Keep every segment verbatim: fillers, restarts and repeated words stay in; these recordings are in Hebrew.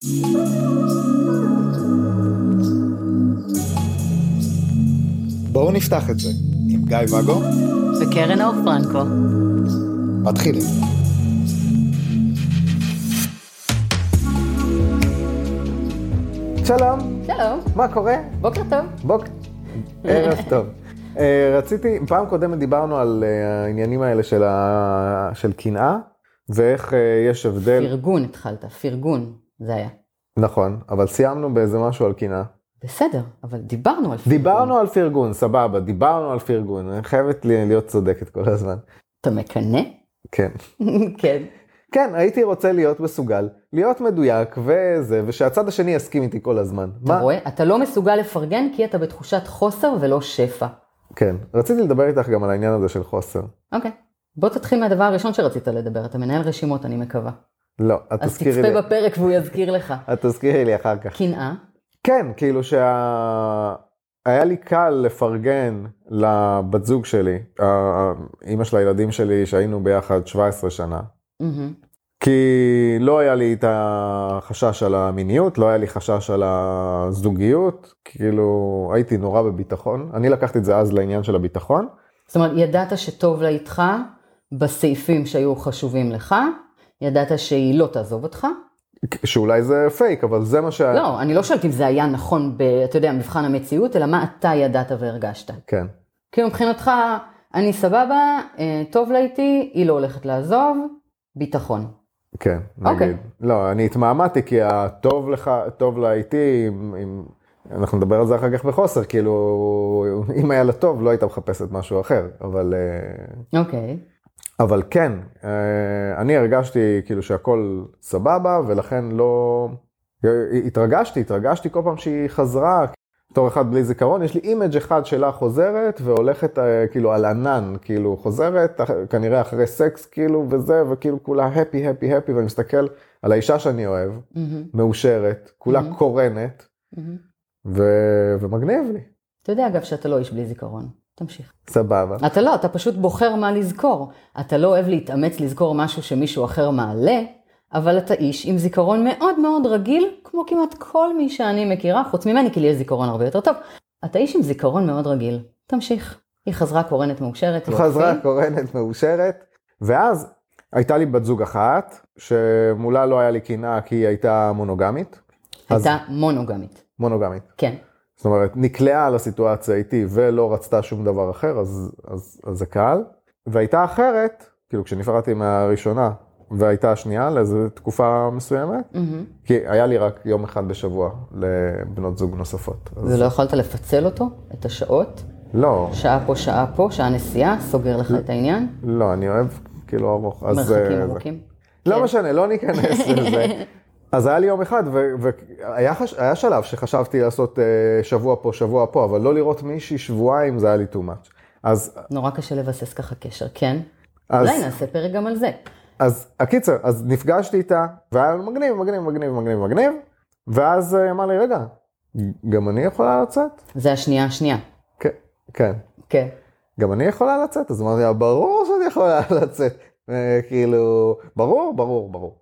בואו נפתח את זה עם גיא וגו וקרן אור פרנקו. מתחילים. שלום. שלום. מה קורה? בוקר טוב. בוקר. ערב טוב. רציתי, פעם קודמת דיברנו על העניינים האלה של, ה... של קנאה, ואיך יש הבדל... פרגון התחלת, פרגון זה היה. נכון, אבל סיימנו באיזה משהו על קנאה. בסדר, אבל דיברנו על פרגון. דיברנו על פרגון, סבבה, דיברנו על פרגון. אני חייבת להיות צודקת כל הזמן. אתה מקנא? כן. כן. כן, הייתי רוצה להיות מסוגל, להיות מדויק וזה, ושהצד השני יסכים איתי כל הזמן. אתה מה? רואה? אתה לא מסוגל לפרגן כי אתה בתחושת חוסר ולא שפע. כן, רציתי לדבר איתך גם על העניין הזה של חוסר. אוקיי. בוא תתחיל מהדבר הראשון שרצית לדבר. אתה מנהל רשימות, אני מקווה. לא, את אז תזכירי לי. תצפה בפרק והוא יזכיר לך. את תזכירי לי אחר כך. קנאה? כן, כאילו שה... היה לי קל לפרגן לבת זוג שלי, אמא של הילדים שלי שהיינו ביחד שבע עשרה שנה. כי לא היה לי את החשש על המיניות, לא היה לי חשש על הזוגיות, כאילו הייתי נורא בביטחון. אני לקחתי את זה אז לעניין של הביטחון. זאת אומרת, ידעת שטוב לה איתך בסעיפים שהיו חשובים לך, ידעת שהיא לא תעזוב אותך? שאולי זה פייק, אבל זה מה ש... לא, אני לא שואלת אם זה היה נכון, ב, אתה יודע, מבחן המציאות, אלא מה אתה ידעת והרגשת. כן. כי מבחינתך, אני סבבה, טוב לה איתי, היא לא הולכת לעזוב, ביטחון. כן, נגיד. לא, אני התמהמתי כי הטוב לך, טוב לה איתי, אם, אנחנו נדבר על זה אחר כך בחוסר, כאילו, אם היה לה טוב, לא היית מחפשת משהו אחר, אבל... אוקיי. אבל כן, אני הרגשתי כאילו שהכל סבבה, ולכן לא... התרגשתי, התרגשתי כל פעם שהיא חזרה, תור אחד בלי זיכרון, יש לי אימג' אחד שלה חוזרת, והולכת כאילו על ענן, כאילו חוזרת, כנראה אחרי סקס כאילו וזה, וכאילו כולה הפי, הפי, הפי, ואני מסתכל על האישה שאני אוהב, mm-hmm. מאושרת, כולה mm-hmm. קורנת, mm-hmm. ו- ומגניב לי. אתה יודע אגב שאתה לא איש בלי זיכרון. תמשיך. סבבה. אתה לא, אתה פשוט בוחר מה לזכור. אתה לא אוהב להתאמץ לזכור משהו שמישהו אחר מעלה, אבל אתה איש עם זיכרון מאוד מאוד רגיל, כמו כמעט כל מי שאני מכירה, חוץ ממני, כי לי יש זיכרון הרבה יותר טוב. אתה איש עם זיכרון מאוד רגיל. תמשיך. היא חזרה קורנת מאושרת. חזרה קורנת מאושרת, ואז הייתה לי בת זוג אחת, שמולה לא היה לי קנאה, כי היא הייתה מונוגמית. הייתה מונוגמית. מונוגמית. כן. זאת אומרת, נקלעה לסיטואציה איתי ולא רצתה שום דבר אחר, אז, אז, אז זה קל. והייתה אחרת, כאילו כשנפרדתי מהראשונה, והייתה השנייה לאיזו תקופה מסוימת, mm-hmm. כי היה לי רק יום אחד בשבוע לבנות זוג נוספות. ולא אז... יכולת לפצל אותו, את השעות? לא. שעה פה, שעה פה, שעה נסיעה, סוגר לך את העניין? לא, אני אוהב כאילו ארוך. מרחקים ארוכים? לא כן. משנה, לא ניכנס לזה. אז היה לי יום אחד, והיה חש... היה שלב שחשבתי לעשות uh, שבוע פה, שבוע פה, אבל לא לראות מישהי שבועיים, זה היה לי too much. אז... נורא קשה לבסס ככה קשר, כן? אז... אולי נעשה פרק גם על זה. אז הקיצר, אז נפגשתי איתה, והיה מגניב, מגניב, מגניב, מגניב, מגניב, ואז אמר לי, רגע, גם אני יכולה לצאת? זה השנייה השנייה. כן, כן. כן. גם אני יכולה לצאת? אז אמרתי, ברור שאני יכולה לצאת. כאילו, ברור, ברור, ברור.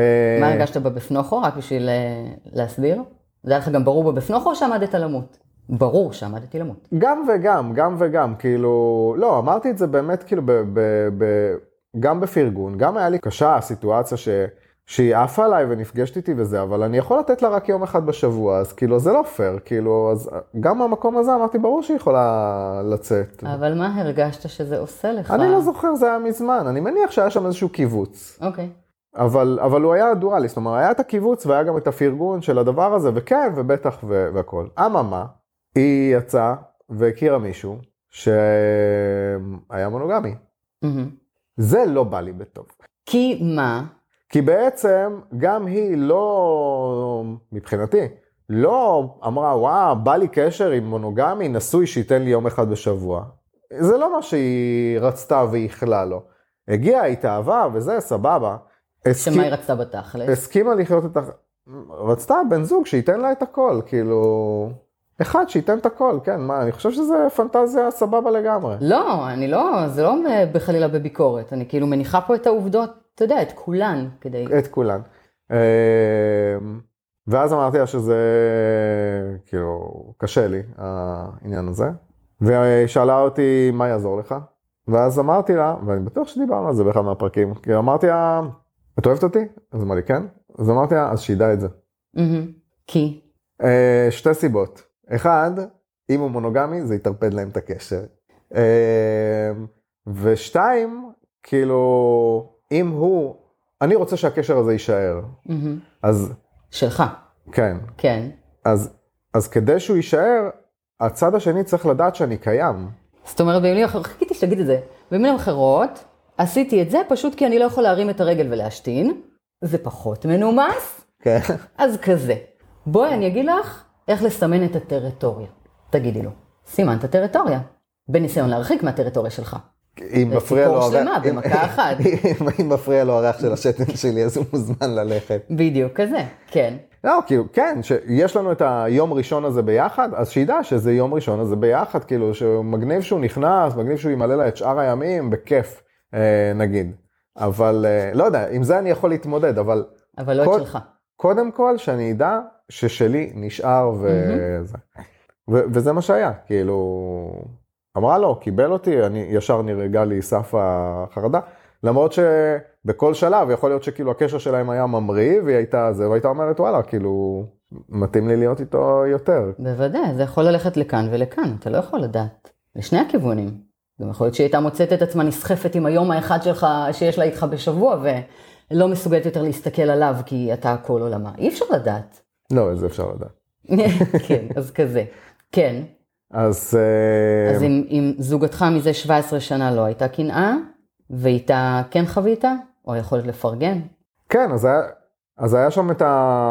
מה הרגשת בבפנוכו? רק בשביל להסביר? זה היה לך גם ברור בבפנוכו או שעמדת למות? ברור שעמדתי למות. גם וגם, גם וגם, כאילו, לא, אמרתי את זה באמת כאילו, ב, ב, ב, גם בפרגון, גם היה לי קשה הסיטואציה ש, שהיא עפה עליי ונפגשת איתי וזה, אבל אני יכול לתת לה רק יום אחד בשבוע, אז כאילו זה לא פייר, כאילו, אז גם מהמקום הזה אמרתי, ברור שהיא יכולה לצאת. אבל מה הרגשת שזה עושה לך? אני לא זוכר, זה היה מזמן, אני מניח שהיה שם איזשהו קיבוץ. אוקיי. אבל, אבל הוא היה דואליסט, זאת אומרת, היה את הקיבוץ והיה גם את הפרגון של הדבר הזה, וכן, ובטח והכל. אממה, היא יצאה והכירה מישהו שהיה מונוגמי. Mm-hmm. זה לא בא לי בטוב. כי מה? כי בעצם גם היא לא, מבחינתי, לא אמרה, וואו, בא לי קשר עם מונוגמי, נשוי שייתן לי יום אחד בשבוע. זה לא מה שהיא רצתה והיכלה לו. הגיעה, התאהבה וזה, סבבה. שמה היא רצתה בתכלס? הסכימה לחיות את ה... רצתה בן זוג שייתן לה את הכל, כאילו... אחד שייתן את הכל, כן, מה, אני חושב שזה פנטזיה סבבה לגמרי. לא, אני לא, זה לא בחלילה בביקורת, אני כאילו מניחה פה את העובדות, אתה יודע, את כולן, כדי... את כולן. ואז אמרתי לה שזה, כאילו, קשה לי, העניין הזה. והיא שאלה אותי, מה יעזור לך? ואז אמרתי לה, ואני בטוח שדיברנו על זה באחד מהפרקים, כי אמרתי לה, את אוהבת אותי? אז אמרה לי, כן. אז אמרתי לה, אז שידע את זה. כי? שתי סיבות. אחד, אם הוא מונוגמי, זה יתרפד להם את הקשר. ושתיים, כאילו, אם הוא, אני רוצה שהקשר הזה יישאר. אז... שלך. כן. כן. אז, אז כדי שהוא יישאר, הצד השני צריך לדעת שאני קיים. זאת אומרת, במילים אחרות, חיכיתי שתגיד את זה, במילים אחרות, עשיתי את זה פשוט כי אני לא יכול להרים את הרגל ולהשתין, זה פחות מנומס, כן. אז כזה. בואי אני אגיד לך איך לסמן את הטריטוריה. תגידי לו, סימן את הטריטוריה, בניסיון להרחיק מהטריטוריה שלך. אם מפריע לו סיפור שלמה, במכה אחת. אם מפריע לו הריח של השתן שלי, אז הוא מוזמן ללכת. בדיוק כזה, כן. לא, כאילו, כן, שיש לנו את היום ראשון הזה ביחד, אז שידע שזה יום ראשון הזה ביחד, כאילו, שמגניב שהוא נכנס, מגניב שהוא ימלא לה את שאר הימים, בכיף, אה, נגיד. אבל, אה, לא יודע, עם זה אני יכול להתמודד, אבל... אבל לא קוד, את שלך. קודם כל, שאני אדע ששלי נשאר וזה. Mm-hmm. ו- וזה מה שהיה, כאילו... אמרה לו, קיבל אותי, אני ישר נרגע לי סף החרדה, למרות שבכל שלב יכול להיות שכאילו הקשר שלהם היה ממריא, והיא הייתה זה, והייתה אומרת, וואלה, כאילו, מתאים לי להיות איתו יותר. בוודאי, זה יכול ללכת לכאן ולכאן, אתה לא יכול לדעת. לשני הכיוונים. גם יכול להיות שהיא הייתה מוצאת את עצמה נסחפת עם היום האחד שלך, שיש לה איתך בשבוע, ולא מסוגלת יותר להסתכל עליו, כי אתה הכל עולמה. אי אפשר לדעת. לא, זה אפשר לדעת. כן, אז כזה. כן. אז... אז אם, אם זוגתך מזה שבע עשרה שנה לא הייתה קנאה, ואיתה כן חווית, או יכולת לפרגן? כן, אז היה, אז היה שם את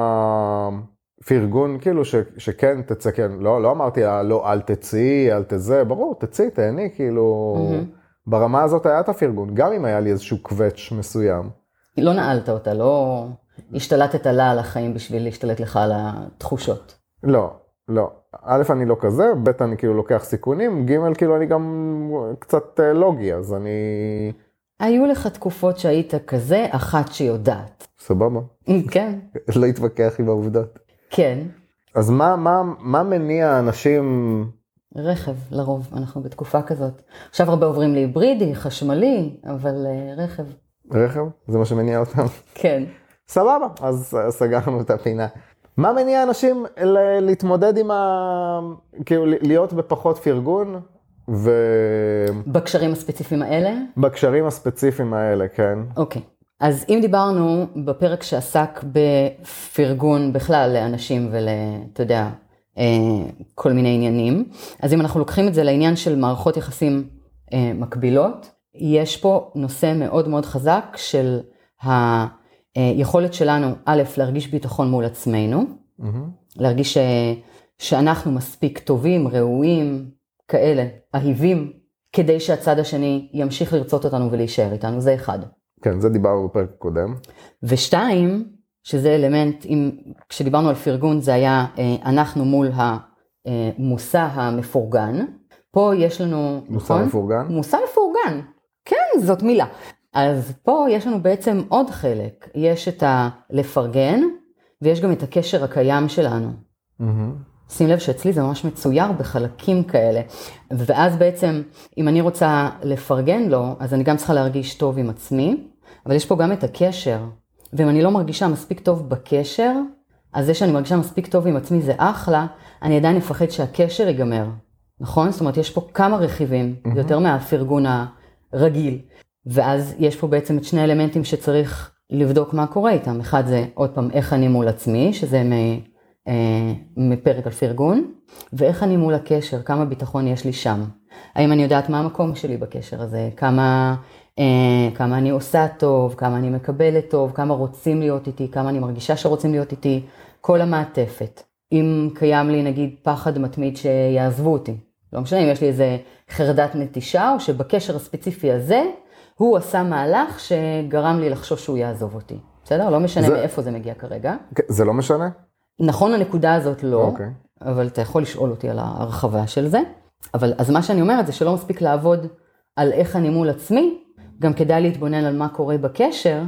הפרגון, כאילו, ש, שכן תצא, כן, לא, לא אמרתי, לא, אל תצאי, אל תזה, ברור, תצאי, תהני, כאילו, mm-hmm. ברמה הזאת היה את הפרגון, גם אם היה לי איזשהו קווץ' מסוים. לא נעלת אותה, לא השתלטת לה על החיים בשביל להשתלט לך על התחושות. לא, לא. א', אני לא כזה, ב', אני כאילו לוקח סיכונים, ג', כאילו אני גם קצת לוגי, אז אני... היו לך תקופות שהיית כזה, אחת שיודעת. סבבה. כן. לא התווכח עם העובדות. כן. אז מה, מה, מה מניע אנשים... רכב, לרוב, אנחנו בתקופה כזאת. עכשיו הרבה עוברים להיברידי, חשמלי, אבל uh, רכב. רכב? זה מה שמניע אותם? כן. סבבה, אז סגרנו את הפינה. מה מניע אנשים להתמודד עם ה... כאילו, להיות בפחות פרגון ו... בקשרים הספציפיים האלה? בקשרים הספציפיים האלה, כן. אוקיי. אז אם דיברנו בפרק שעסק בפרגון בכלל לאנשים ול... אתה יודע, כל מיני עניינים, אז אם אנחנו לוקחים את זה לעניין של מערכות יחסים מקבילות, יש פה נושא מאוד מאוד חזק של היכולת שלנו, א', להרגיש ביטחון מול עצמנו, mm-hmm. להרגיש ש... שאנחנו מספיק טובים, ראויים, כאלה, אהיבים, כדי שהצד השני ימשיך לרצות אותנו ולהישאר איתנו, זה אחד. כן, זה דיברנו בפרק קודם. ושתיים, שזה אלמנט, אם, כשדיברנו על פרגון, זה היה אנחנו מול המושא המפורגן. פה יש לנו, מושא נכון? מפורגן? מושא מפורגן, כן, זאת מילה. אז פה יש לנו בעצם עוד חלק. יש את הלפרגן, ויש גם את הקשר הקיים שלנו. Mm-hmm. שים לב שאצלי זה ממש מצויר בחלקים כאלה. ואז בעצם, אם אני רוצה לפרגן לו, אז אני גם צריכה להרגיש טוב עם עצמי, אבל יש פה גם את הקשר. ואם אני לא מרגישה מספיק טוב בקשר, אז זה שאני מרגישה מספיק טוב עם עצמי זה אחלה, אני עדיין אפחד שהקשר ייגמר. נכון? זאת אומרת, יש פה כמה רכיבים, mm-hmm. יותר מהפרגון הרגיל. ואז יש פה בעצם את שני אלמנטים שצריך לבדוק מה קורה איתם. אחד זה, עוד פעם, איך אני מול עצמי, שזה מ, אה, מפרק על פרגון, ואיך אני מול הקשר, כמה ביטחון יש לי שם. האם אני יודעת מה המקום שלי בקשר הזה, כמה, אה, כמה אני עושה טוב, כמה אני מקבלת טוב, כמה רוצים להיות איתי, כמה אני מרגישה שרוצים להיות איתי, כל המעטפת. אם קיים לי, נגיד, פחד מתמיד שיעזבו אותי. לא משנה אם יש לי איזה חרדת נטישה, או שבקשר הספציפי הזה, הוא עשה מהלך שגרם לי לחשוש שהוא יעזוב אותי. בסדר? לא משנה זה... מאיפה זה מגיע כרגע. זה לא משנה? נכון, הנקודה הזאת לא, okay. אבל אתה יכול לשאול אותי על ההרחבה של זה. אבל אז מה שאני אומרת זה שלא מספיק לעבוד על איך אני מול עצמי, גם כדאי להתבונן על מה קורה בקשר,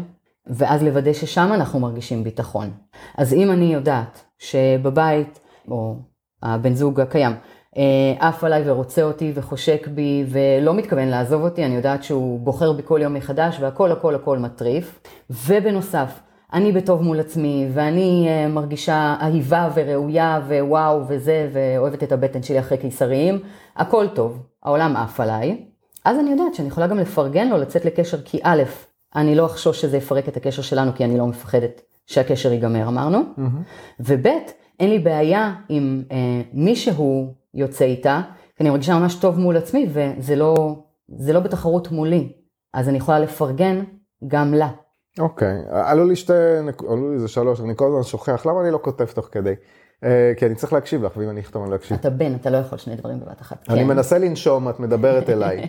ואז לוודא ששם אנחנו מרגישים ביטחון. אז אם אני יודעת שבבית, או הבן זוג הקיים, עף עליי ורוצה אותי וחושק בי ולא מתכוון לעזוב אותי, אני יודעת שהוא בוחר בי כל יום מחדש והכל הכל הכל מטריף. ובנוסף, אני בטוב מול עצמי ואני מרגישה אהיבה וראויה ווואו וזה, ואוהבת את הבטן שלי אחרי קיסריים, הכל טוב, העולם עף עליי. אז אני יודעת שאני יכולה גם לפרגן לו לצאת לקשר, כי א', אני לא אחשוש שזה יפרק את הקשר שלנו, כי אני לא מפחדת שהקשר ייגמר, אמרנו. Mm-hmm. וב', אין לי בעיה עם אה, מישהו יוצא איתה, כי אני מרגישה ממש טוב מול עצמי, וזה לא, זה לא בתחרות מולי. אז אני יכולה לפרגן גם לה. אוקיי, עלו לי שתי, עלו לי זה שלוש, אני כל הזמן שוכח, למה אני לא כותב תוך כדי? כי אני צריך להקשיב לך, ואם אני אחתום אני לא אקשיב. אתה בן, אתה לא יכול שני דברים בבת אחת. אני מנסה לנשום, את מדברת אליי.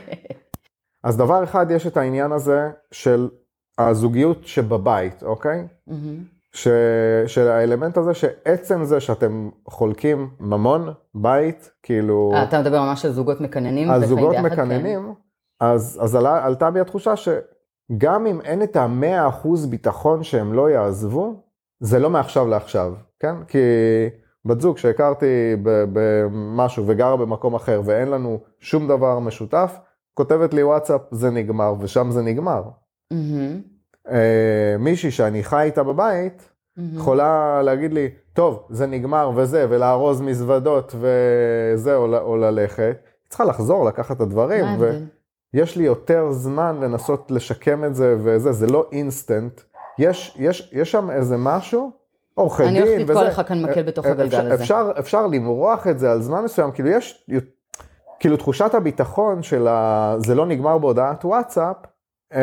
אז דבר אחד, יש את העניין הזה של הזוגיות שבבית, אוקיי? ש... של האלמנט הזה שעצם זה שאתם חולקים ממון, בית, כאילו... אתה מדבר ממש על זוגות מקננים. על זוגות מקננים, אז, אז עלה, עלתה בי התחושה שגם אם אין את המאה אחוז ביטחון שהם לא יעזבו, זה לא מעכשיו לעכשיו, כן? כי בת זוג שהכרתי במשהו וגרה במקום אחר ואין לנו שום דבר משותף, כותבת לי וואטסאפ, זה נגמר, ושם זה נגמר. Mm-hmm. מישהי שאני חי איתה בבית, mm-hmm. יכולה להגיד לי, טוב, זה נגמר וזה, ולארוז מזוודות וזה, או, או ללכת. צריכה לחזור, לקחת את הדברים, ויש לי יותר זמן לנסות לשקם את זה, וזה, זה לא אינסטנט. יש, יש, יש שם איזה משהו, עורכי דין, אני הולכת לתקוע לך כאן מקל בתוך הגלגל הזה. אפשר, אפשר למרוח את זה על זמן מסוים, כאילו יש, כאילו תחושת הביטחון של ה... זה לא נגמר בהודעת וואטסאפ, אה,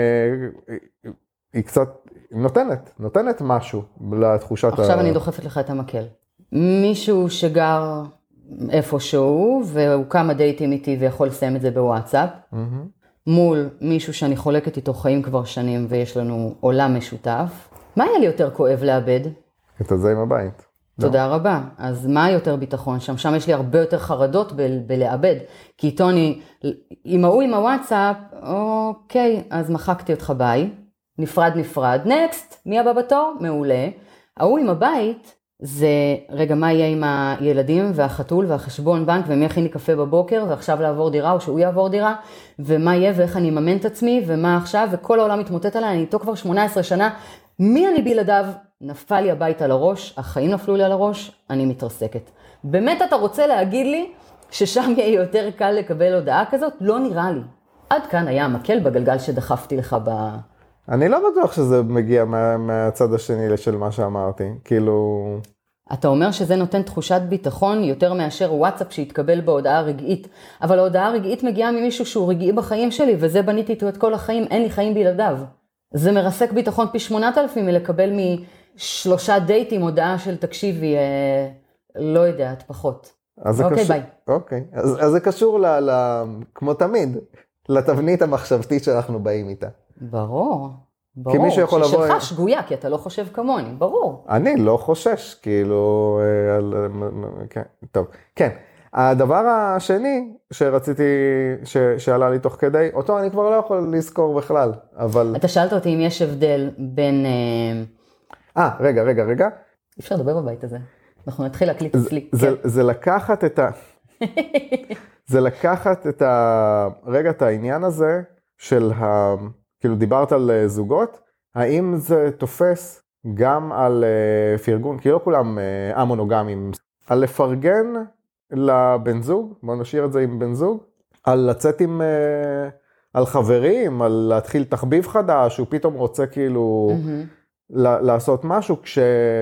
היא קצת נותנת, נותנת משהו לתחושת עכשיו ה... עכשיו אני דוחפת לך את המקל. מישהו שגר איפשהו, והוא כמה דייטים איתי ויכול לסיים את זה בוואטסאפ, mm-hmm. מול מישהו שאני חולקת איתו חיים כבר שנים, ויש לנו עולם משותף. מה היה לי יותר כואב לאבד? את זה עם הבית. תודה רבה. אז מה יותר ביטחון שם? שם יש לי הרבה יותר חרדות ב- בלאבד. כי איתו אני, אם ההוא עם הוואטסאפ, אוקיי, אז מחקתי אותך ביי. נפרד נפרד. נקסט, מי הבא בתור? מעולה. ההוא עם הבית, זה, רגע, מה יהיה עם הילדים והחתול והחשבון בנק, ומי הכין לי קפה בבוקר, ועכשיו לעבור דירה, או שהוא יעבור דירה, ומה יהיה, ואיך אני אממן את עצמי, ומה עכשיו, וכל העולם מתמוטט עליי, אני איתו כבר שמונה עשרה שנה, מי אני בלעדיו? נפל לי הביתה לראש, החיים נפלו לי על הראש, אני מתרסקת. באמת אתה רוצה להגיד לי ששם יהיה יותר קל לקבל הודעה כזאת? לא נראה לי. עד כאן היה המקל בגלגל שדחפתי לך ב... אני לא בטוח שזה מגיע מה, מהצד השני של מה שאמרתי, כאילו... אתה אומר שזה נותן תחושת ביטחון יותר מאשר וואטסאפ שהתקבל בהודעה רגעית, אבל ההודעה הרגעית מגיעה ממישהו שהוא רגעי בחיים שלי, וזה בניתי איתו את כל החיים, אין לי חיים בלעדיו. זה מרסק ביטחון פי שמונת אלפים מלקבל משלושה דייטים הודעה של תקשיבי, אה, לא יודעת, פחות. אוקיי, קשור, ביי. אוקיי, אז, אז זה קשור, ל, ל, כמו תמיד, לתבנית המחשבתית שאנחנו באים איתה. ברור, ברור, ששלך לבוא... שגויה, כי אתה לא חושב כמוני, ברור. אני לא חושש, כאילו, על... כן, טוב, כן. הדבר השני שרציתי, ש... שעלה לי תוך כדי, אותו אני כבר לא יכול לזכור בכלל, אבל... אתה שאלת אותי אם יש הבדל בין... אה, רגע, רגע, רגע. אי אפשר לדבר בבית הזה. אנחנו נתחיל להקליט אצלי. זה, כן. זה לקחת את ה... זה לקחת את ה... רגע, את העניין הזה של ה... כאילו דיברת על זוגות, האם זה תופס גם על uh, פרגון, כי לא כולם uh, המונוגמים, על לפרגן לבן זוג, בוא נשאיר את זה עם בן זוג, על לצאת עם, uh, על חברים, על להתחיל תחביב חדש, הוא פתאום רוצה כאילו mm-hmm. ל- לעשות משהו, כש,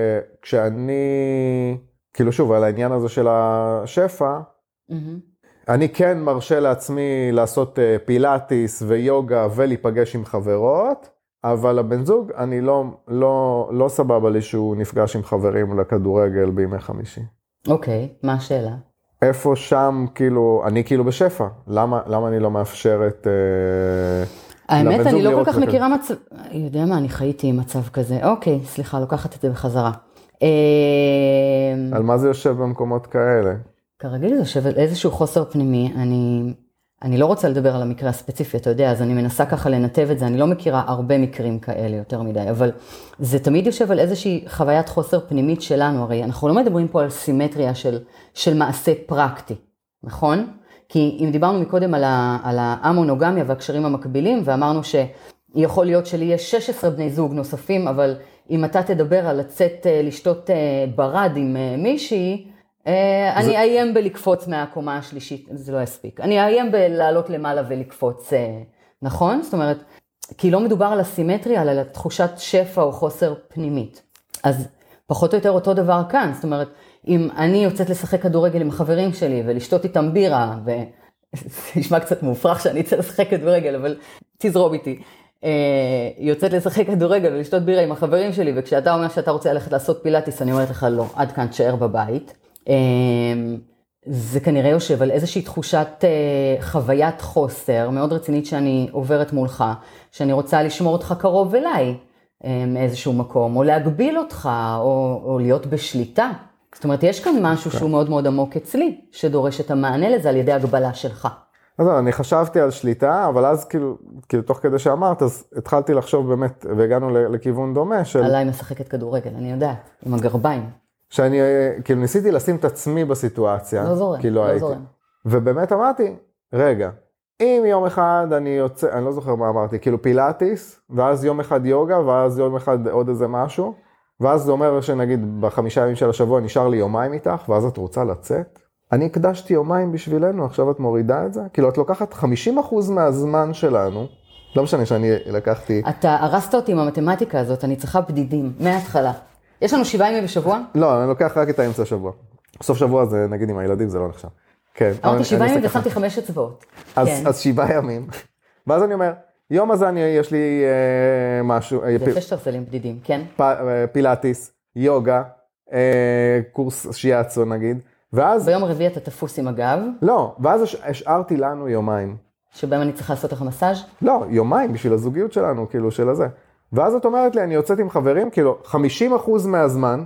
כשאני, כאילו שוב, על העניין הזה של השפע, mm-hmm. אני כן מרשה לעצמי לעשות פילאטיס ויוגה ולהיפגש עם חברות, אבל הבן זוג, אני לא, לא, לא סבבה לי שהוא נפגש עם חברים לכדורגל בימי חמישי. אוקיי, מה השאלה? איפה שם, כאילו, אני כאילו בשפע. למה, למה אני לא מאפשרת אה, האמת, אני לא כל כך מכירה מצב, יודע מה, אני חייתי עם מצב כזה. אוקיי, סליחה, לוקחת את זה בחזרה. על מה זה יושב במקומות כאלה? כרגיל זה יושב איזשהו חוסר פנימי, אני אני לא רוצה לדבר על המקרה הספציפי, אתה יודע, אז אני מנסה ככה לנתב את זה, אני לא מכירה הרבה מקרים כאלה יותר מדי, אבל זה תמיד יושב על איזושהי חוויית חוסר פנימית שלנו, הרי אנחנו לא מדברים פה על סימטריה של, של מעשה פרקטי, נכון? כי אם דיברנו מקודם על, ה, על המונוגמיה והקשרים המקבילים, ואמרנו שיכול להיות שלי יש שש עשרה בני זוג נוספים, אבל אם אתה תדבר על לצאת לשתות ברד עם מישהי, אני איים בלקפוץ מהקומה השלישית, זה לא יספיק. אני איים בלעלות למעלה ולקפוץ, נכון? זאת אומרת, כי לא מדובר על הסימטריה, אלא על תחושת שפע או חוסר פנימית. אז פחות או יותר אותו דבר כאן, זאת אומרת, אם אני יוצאת לשחק כדורגל עם החברים שלי ולשתות איתם בירה, וזה נשמע קצת מופרך שאני אצא לשחק כדורגל, אבל תזרום איתי. יוצאת לשחק כדורגל ולשתות בירה עם החברים שלי, וכשאתה אומר שאתה רוצה ללכת לעשות פילאטיס, אני אומרת לך לא, עד כאן תשאר בבית. זה כנראה יושב על איזושהי תחושת חוויית חוסר מאוד רצינית שאני עוברת מולך, שאני רוצה לשמור אותך קרוב אליי מאיזשהו מקום, או להגביל אותך, או, או להיות בשליטה. זאת אומרת, יש כאן משהו שהוא מאוד מאוד עמוק אצלי, שדורש את המענה לזה על ידי הגבלה שלך. אז אני חשבתי על שליטה, אבל אז כאילו, כאילו תוך כדי שאמרת, אז התחלתי לחשוב באמת, והגענו לכיוון דומה של... עליי משחקת כדורגל, אני יודעת, עם הגרביים. שאני כאילו ניסיתי לשים את עצמי בסיטואציה. לא זורם, כי לא, לא הייתי. זורם. ובאמת אמרתי, רגע, אם יום אחד אני יוצא, אני לא זוכר מה אמרתי, כאילו פילאטיס, ואז יום אחד יוגה, ואז יום אחד עוד איזה משהו, ואז זה אומר שנגיד בחמישה ימים של השבוע נשאר לי יומיים איתך, ואז את רוצה לצאת. אני הקדשתי יומיים בשבילנו, עכשיו את מורידה את זה? כאילו את לוקחת חמישים אחוז מהזמן שלנו, לא משנה שאני לקחתי... אתה הרסת אותי עם המתמטיקה הזאת, אני צריכה בדידים, מההתחלה. יש לנו שבעה ימים בשבוע? לא, אני לוקח רק את האמצע השבוע. בסוף שבוע זה, נגיד עם הילדים, זה לא נחשב. כן. אמרתי שבעה ימים ושמתי חמש אצבעות. אז, כן. אז שבעה ימים. ואז אני אומר, יום הזה אני, יש לי אה, משהו... זה יפה שאתה עושה לי עם בדידים, כן? פ, אה, פילאטיס, יוגה, אה, קורס שיאצו נגיד, ואז... ביום רביעי אתה תפוס עם הגב. לא, ואז השארתי לנו יומיים. שבהם אני צריכה לעשות לך מסאז'? לא, יומיים בשביל הזוגיות שלנו, כאילו של הזה. ואז את אומרת לי, אני יוצאת עם חברים, כאילו, חמישים אחוז מהזמן,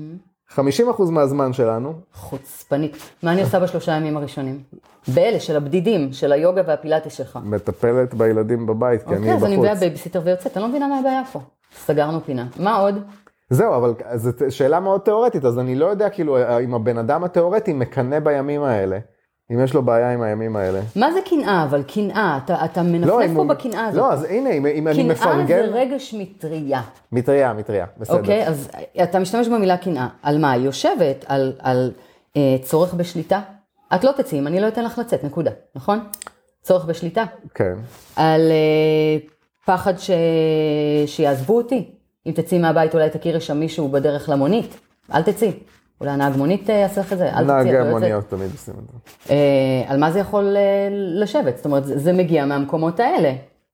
חמישים אחוז מהזמן שלנו. חוצפנית. מה אני עושה בשלושה ימים הראשונים? באלה של הבדידים, של היוגה והפילאטיס שלך. מטפלת בילדים בבית, כי אני בחוץ. אוקיי, אז אני מביאה בייביסיטר ויוצאת, אני לא מבינה מה הבעיה פה. סגרנו פינה. מה עוד? זהו, אבל זו שאלה מאוד תיאורטית, אז אני לא יודע, כאילו, אם הבן אדם התיאורטי מקנה בימים האלה. אם יש לו בעיה עם הימים האלה. מה זה קנאה? אבל קנאה, אתה, אתה מנפנף לא, פה הוא... בקנאה הזאת. לא, אז הנה, אם, אם אני מפרגן... קנאה זה רגש מטריה. מטריה, מטריה, בסדר. אוקיי, אז אתה משתמש במילה קנאה. על מה? היא יושבת על, על אה, צורך בשליטה. את לא תצאי, אם אני לא אתן לך לצאת, נקודה, נכון? צורך בשליטה. כן. על אה, פחד ש... שיעזבו אותי. אם תצאי מהבית, אולי תכירי שם מישהו בדרך למונית. אל תצאי. אולי הנהג מונית יעשה לך את זה, אל תציע. נהגי מוניות תמיד עושים את זה. על מה זה יכול לשבת? זאת אומרת, זה מגיע מהמקומות האלה.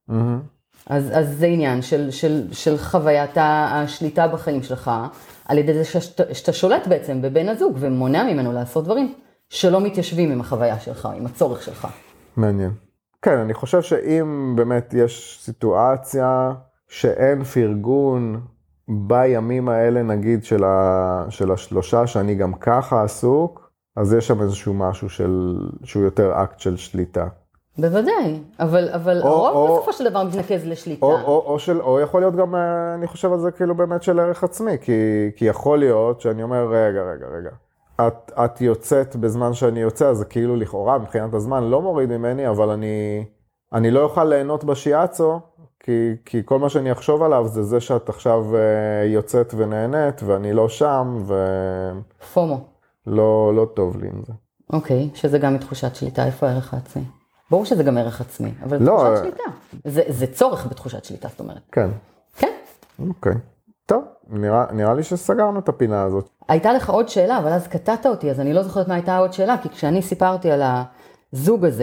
אז זה עניין של חוויית השליטה בחיים שלך, על ידי זה שאתה שולט בעצם בבן הזוג, ומונע ממנו לעשות דברים שלא מתיישבים עם החוויה שלך, עם הצורך שלך. מעניין. כן, אני חושב שאם באמת יש סיטואציה שאין פרגון, בימים האלה נגיד של, ה, של השלושה שאני גם ככה עסוק, אז יש שם איזשהו משהו של, שהוא יותר אקט של שליטה. בוודאי, אבל, אבל או, הרוב או, בסופו של דבר מתנקז לשליטה. או, או, או, של, או יכול להיות גם, אני חושב על זה כאילו באמת של ערך עצמי, כי, כי יכול להיות שאני אומר, רגע, רגע, רגע, את, את יוצאת בזמן שאני יוצא, אז זה כאילו לכאורה מבחינת הזמן לא מוריד ממני, אבל אני, אני לא אוכל ליהנות בשיאצו, כי, כי כל מה שאני אחשוב עליו זה זה שאת עכשיו יוצאת ונהנית, ואני לא שם, ו... פומו. לא, לא טוב לי עם זה. אוקיי, שזה גם מתחושת שליטה, איפה הערך העצמי? ברור שזה גם ערך עצמי, אבל לא, תחושת שליטה. זה, זה צורך בתחושת שליטה, זאת אומרת. כן. כן. אוקיי. טוב, נראה, נראה לי שסגרנו את הפינה הזאת. הייתה לך עוד שאלה, אבל אז קטעת אותי, אז אני לא זוכרת מה הייתה עוד שאלה, כי כשאני סיפרתי על הזוג הזה,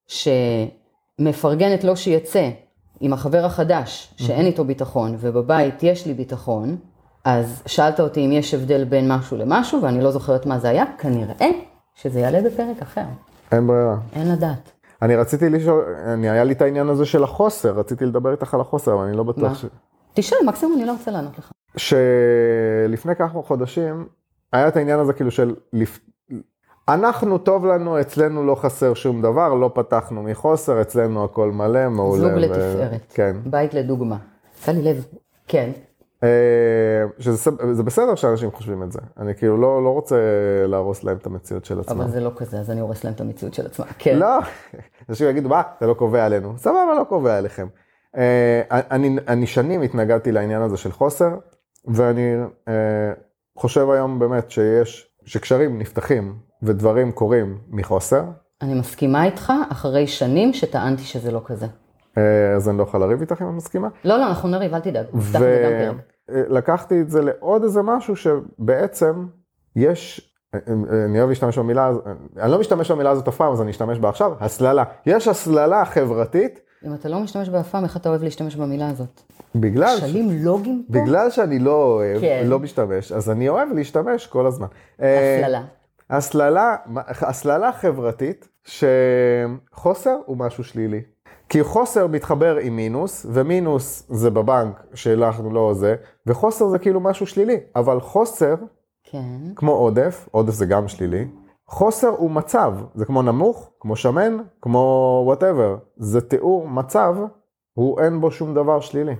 שמפרגנת לו שיצא, עם החבר החדש, שאין איתו ביטחון, ובבית יש לי ביטחון, אז שאלת אותי אם יש הבדל בין משהו למשהו, ואני לא זוכרת מה זה היה, כנראה שזה יעלה בפרק אחר. אין ברירה. אין לדעת. אני רציתי לשאול, אני היה לי את העניין הזה של החוסר, רציתי לדבר איתך על החוסר, אבל אני לא בטוח ש... תשאל, מקסימום אני לא רוצה לענות לך. שלפני כמה חודשים, היה את העניין הזה כאילו של... אנחנו טוב לנו, אצלנו לא חסר שום דבר, לא פתחנו מחוסר, אצלנו הכל מלא, מעולה. זוג לתפארת. כן. בית לדוגמה. עשה לי לב. כן. שזה זה בסדר שאנשים חושבים את זה. אני כאילו לא, לא רוצה להרוס להם את המציאות של עצמם. אבל זה לא כזה, אז אני הורס להם את המציאות של עצמם. כן. לא, אנשים יגידו, מה, זה לא קובע עלינו. סבבה, לא קובע עליכם. אני, אני שנים התנגדתי לעניין הזה של חוסר, ואני חושב היום באמת שיש, שקשרים נפתחים ודברים קורים מחוסר. אני מסכימה איתך אחרי שנים שטענתי שזה לא כזה. אז אני לא יכול לריב איתך אם אני מסכימה. לא, לא, אנחנו נריב, אל תדאג. ו... לקחתי את זה לעוד איזה משהו שבעצם יש, אני אוהב להשתמש במילה, אני לא משתמש במילה הזאת אף פעם, אז אני אשתמש בה עכשיו, הסללה. יש הסללה חברתית. אם אתה לא משתמש בה אף פעם, איך אתה אוהב להשתמש במילה הזאת? בגלל, כשלים לוגיים פה? בגלל שאני לא אוהב, כן. לא משתמש, אז אני אוהב להשתמש כל הזמן. הסללה. הסללה, הסללה חברתית, שחוסר הוא משהו שלילי. כי חוסר מתחבר עם מינוס, ומינוס זה בבנק שאנחנו לא זה, וחוסר זה כאילו משהו שלילי. אבל חוסר, כן. כמו עודף, עודף זה גם שלילי, חוסר הוא מצב, זה כמו נמוך, כמו שמן, כמו whatever. זה תיאור מצב, הוא אין בו שום דבר שלילי.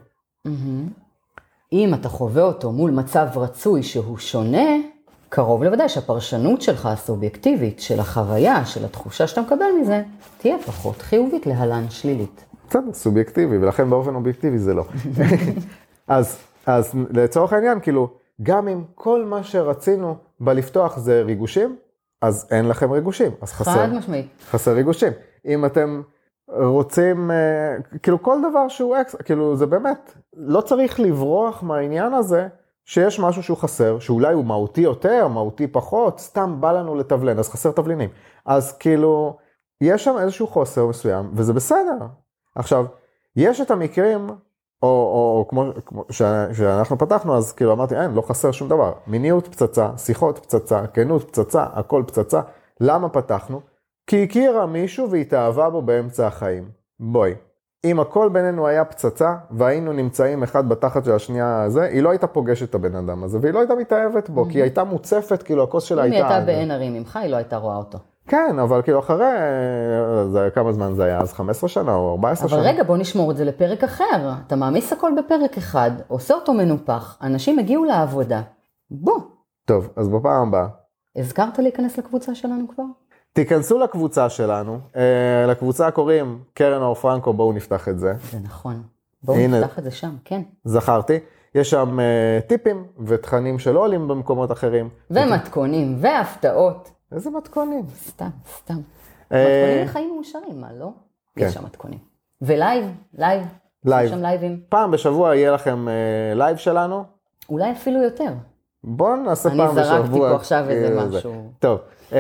אם אתה חווה אותו מול מצב רצוי שהוא שונה, קרוב לוודאי שהפרשנות שלך הסובייקטיבית, של החוויה, של התחושה שאתה מקבל מזה, תהיה פחות חיובית להלן שלילית. בסדר, סובייקטיבי, ולכן באופן אובייקטיבי זה לא. אז, אז לצורך העניין, כאילו, גם אם כל מה שרצינו בלפתוח זה ריגושים, אז אין לכם ריגושים. אז חסר, חד משמעית. חסר ריגושים. אם אתם רוצים, כאילו כל דבר שהוא אקס, כאילו זה באמת, לא צריך לברוח מהעניין הזה, שיש משהו שהוא חסר, שאולי הוא מהותי יותר, מהותי פחות, סתם בא לנו לתבלן, אז חסר תבלינים. אז כאילו, יש שם איזשהו חוסר מסוים, וזה בסדר. עכשיו, יש את המקרים, או, או, או כמו, כמו ש, שאנחנו פתחנו, אז כאילו אמרתי, אין, לא חסר שום דבר. מיניות פצצה, שיחות פצצה, כנות פצצה, הכל פצצה. למה פתחנו? כי הכירה מישהו והתאהבה בו באמצע החיים. בואי. אם הכל בינינו היה פצצה, והיינו נמצאים אחד בתחת של השנייה הזה, היא לא הייתה פוגשת את הבן אדם הזה, והיא לא הייתה מתאהבת בו, כי היא הייתה מוצפת, כאילו הכוס שלה הייתה... אם היא הייתה בעין הרים ממך, היא לא הייתה רואה אותו. כן, אבל כאילו אחרי, זה, כמה זמן זה היה? אז חמש עשרה שנה או ארבע עשרה שנה? אבל רגע, בוא נשמור את זה לפרק אחר. אתה מעמיס הכל בפרק אחד, עושה אותו מנופח, אנשים הגיעו לעבודה. בוא. טוב, אז בפעם הבאה. הזכרת להיכנס לקבוצה שלנו כבר? תיכנסו לקבוצה שלנו, לקבוצה קוראים קרן אור פרנקו, בואו נפתח את זה. זה נכון, בואו נפתח את זה שם, כן. זכרתי, יש שם טיפים ותכנים שלא עולים במקומות אחרים. ומתכונים והפתעות. איזה מתכונים? סתם, סתם. מתכונים לחיים מאושרים, מה לא? יש שם מתכונים. ולייב, לייב. לייב. יש שם לייבים. פעם בשבוע יהיה לכם לייב שלנו. אולי אפילו יותר. בואו נעשה פעם בשבוע. אני זרקתי פה עכשיו איזה משהו. טוב,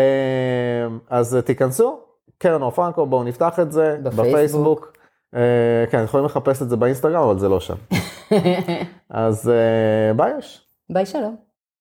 אז תיכנסו, קרן אור פרנקו, בואו נפתח את זה. בפייסבוק. כן, יכולים לחפש את זה באינסטגרם, אבל זה לא שם. אז ביי יש. ביי שלום.